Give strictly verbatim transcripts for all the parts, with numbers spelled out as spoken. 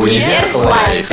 Универ Лайф.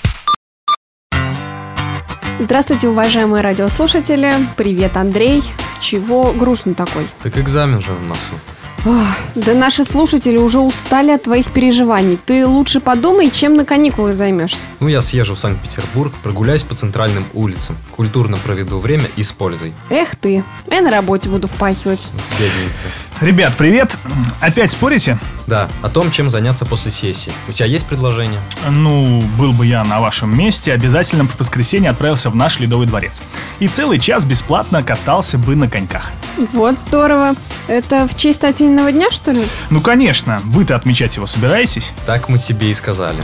Здравствуйте, уважаемые радиослушатели. Привет, Андрей. Чего грустно такой? Так экзамен же в носу. Ох, да наши слушатели уже устали от твоих переживаний. Ты лучше подумай, чем на каникулы займешься. Ну, я съезжу в Санкт-Петербург, прогуляюсь по центральным улицам, культурно проведу время и с пользой. Эх ты, я на работе буду впахивать. Бедненько. Ребят, привет. Опять спорите? Да, о том, чем заняться после сессии. У тебя есть предложение? Ну, был бы я на вашем месте, обязательно по воскресенье отправился в наш Ледовый дворец. И целый час бесплатно катался бы на коньках. Вот здорово. Это в честь Татьяниного дня, что ли? Ну, конечно. Вы-то отмечать его собираетесь? Так мы тебе и сказали.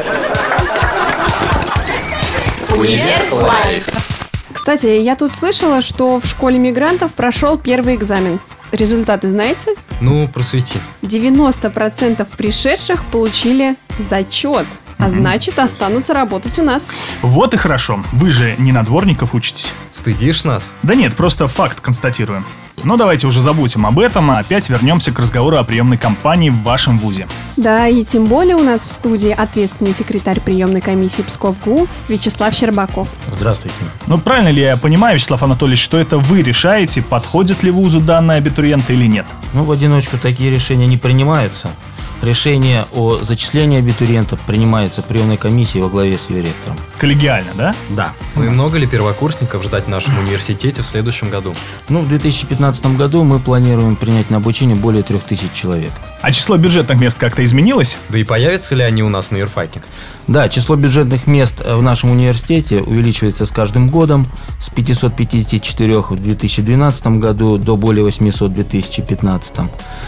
Универ Лайф. Кстати, я тут слышала, что в школе мигрантов прошел первый экзамен. Результаты знаете? Ну, просвети. девяносто процентов пришедших получили зачет, а значит, останутся работать у нас. Вот и хорошо. Вы же не на дворников учитесь. Стыдишь нас? Да нет, просто факт констатируем. Но давайте уже забудем об этом, а опять вернемся к разговору о приемной кампании в вашем вузе. Да, и тем более у нас в студии ответственный секретарь приемной комиссии Псков-ГУ Вячеслав Щербаков. Здравствуйте. Ну, правильно ли я понимаю, Вячеслав Анатольевич, что это вы решаете, подходит ли вузу данный абитуриент или нет? Ну, в одиночку такие решения не принимаются. Решение о зачислении абитуриентов принимается приемной комиссией во главе с ее ректором. Коллегиально, да? Да. Ну и много ли первокурсников ждать в нашем университете в следующем году? Ну, в две тысячи пятнадцатом году мы планируем принять на обучение более трех тысяч человек. А число бюджетных мест как-то изменилось? Да и появятся ли они у нас на юрфаке? Да, число бюджетных мест в нашем университете увеличивается с каждым годом. С пятисот пятидесяти четырёх в две тысячи двенадцатом году до более восьмисот в две тысячи пятнадцатом.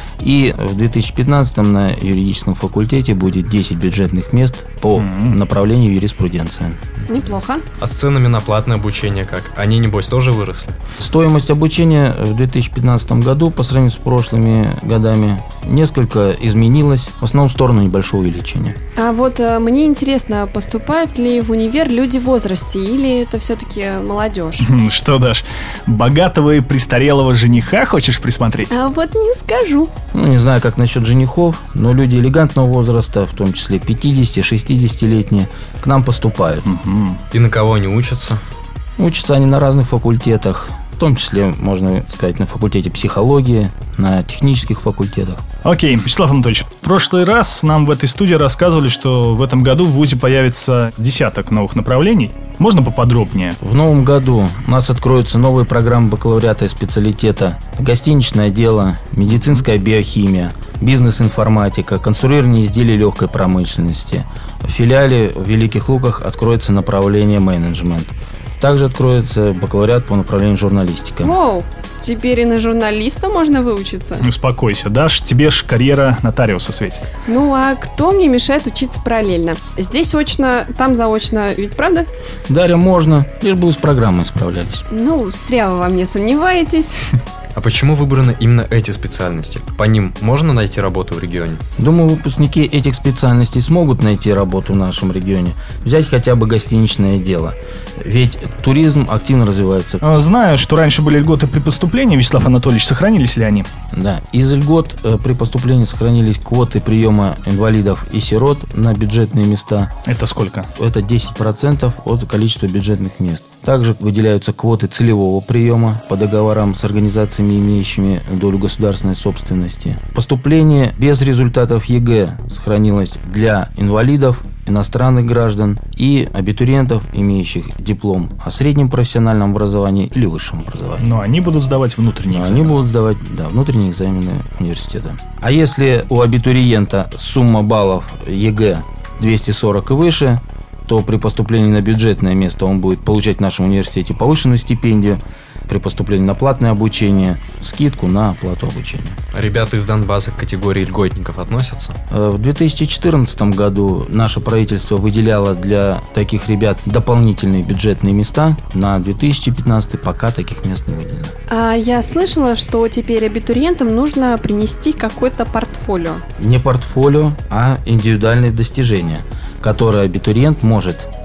И в две тысячи пятнадцатом на юридическом факультете будет десять бюджетных мест по mm-hmm. направлению юриспруденция. Неплохо. А с ценами на платное обучение как? Они, небось, тоже выросли? Стоимость обучения в две тысячи пятнадцатом году по сравнению с прошлыми годами несколько изменилась, в основном в сторону небольшого увеличения. А вот э, мне интересно, поступают ли в универ люди в возрасте или это все-таки молодежь? Что, Даш, богатого и престарелого жениха хочешь присмотреть? А вот не скажу. Ну, не знаю, как насчет женихов, но люди элегантного возраста, в том числе пятидесяти-шестидесятилетние, к нам поступают. И на кого они учатся? Учатся они на разных факультетах, в том числе, можно сказать, на факультете психологии, на технических факультетах. Окей, Вячеслав Анатольевич, в прошлый раз нам в этой студии рассказывали, что в этом году в вузе появится десяток новых направлений. Можно поподробнее? В новом году у нас откроются новые программы бакалавриата и специалитета: гостиничное дело, медицинская биохимия, бизнес-информатика, конструирование изделий легкой промышленности. В филиале в Великих Луках откроется направление менеджмент. Также откроется бакалавриат по направлению журналистика. Воу, теперь и на журналиста можно выучиться. Успокойся, Даш, тебе ж карьера нотариуса светит. Ну а кто мне мешает учиться параллельно? Здесь очно, там заочно, ведь правда? Дарья, можно, лишь бы вы с программой справлялись. Ну, зря вы во мне сомневаетесь. А почему выбраны именно эти специальности? По ним можно найти работу в регионе? Думаю, выпускники этих специальностей смогут найти работу в нашем регионе. Взять хотя бы гостиничное дело. Ведь туризм активно развивается. Знаю, что раньше были льготы при поступлении, Вячеслав Анатольевич, сохранились ли они? Да, из льгот при поступлении сохранились квоты приема инвалидов и сирот на бюджетные места. Это сколько? Это десять процентов от количества бюджетных мест. Также выделяются квоты целевого приема по договорам с организациями, имеющими долю государственной собственности. Поступление без результатов ЕГЭ сохранилось для инвалидов, иностранных граждан и абитуриентов, имеющих диплом о среднем профессиональном образовании или высшем образовании. Но они будут сдавать внутренние экзамены. Они будут сдавать, да, внутренние экзамены университета. А если у абитуриента сумма баллов ЕГЭ двести сорок и выше, то при поступлении на бюджетное место он будет получать в нашем университете повышенную стипендию, при поступлении на платное обучение скидку на оплату обучения. А ребята из Донбасса к категории льготников относятся? В две тысячи четырнадцатом году наше правительство выделяло для таких ребят дополнительные бюджетные места. На две тысячи пятнадцатый пока таких мест не выделено. А я слышала, что теперь абитуриентам нужно принести какое-то портфолио. Не портфолио, а индивидуальные достижения, которые абитуриент может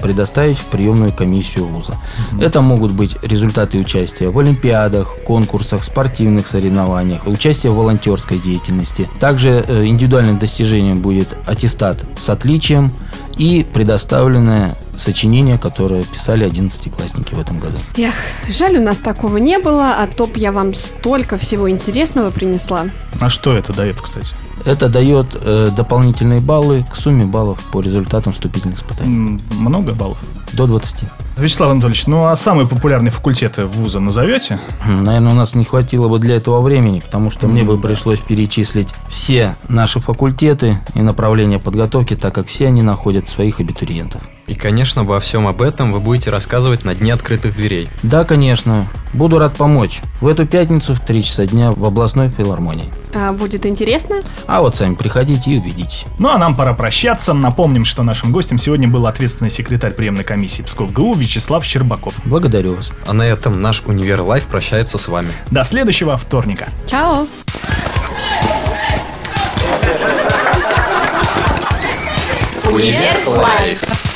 предоставить в приемную комиссию вуза. Mm-hmm. Это могут быть результаты участия в олимпиадах, конкурсах, спортивных соревнованиях, участие в волонтерской деятельности. Также индивидуальным достижением будет аттестат с отличием и предоставленное сочинение, которое писали одиннадцатиклассники в этом году. Эх, жаль, у нас такого не было, а то б я вам столько всего интересного принесла. А что это дает, кстати? Это дает э, дополнительные баллы к сумме баллов по результатам вступительных испытаний. М, Много баллов? До двадцати. Вячеслав Анатольевич, ну а самые популярные факультеты вуза назовете? Наверное, у нас не хватило бы для этого времени, потому что мне бы пришлось перечислить все наши факультеты и направления подготовки, так как все они находят своих абитуриентов. И, конечно, обо всем об этом вы будете рассказывать на Дне открытых дверей. Да, конечно. Буду рад помочь. В эту пятницу в три часа дня в областной филармонии. А будет интересно? А вот сами приходите и увидите. Ну а нам пора прощаться. Напомним, что нашим гостем сегодня был ответственный секретарь приемной комиссии Псков ГУ Вячеслав Щербаков. Благодарю вас. А на этом наш Универ Лайф прощается с вами. До следующего вторника. Чао! Универ Лайф.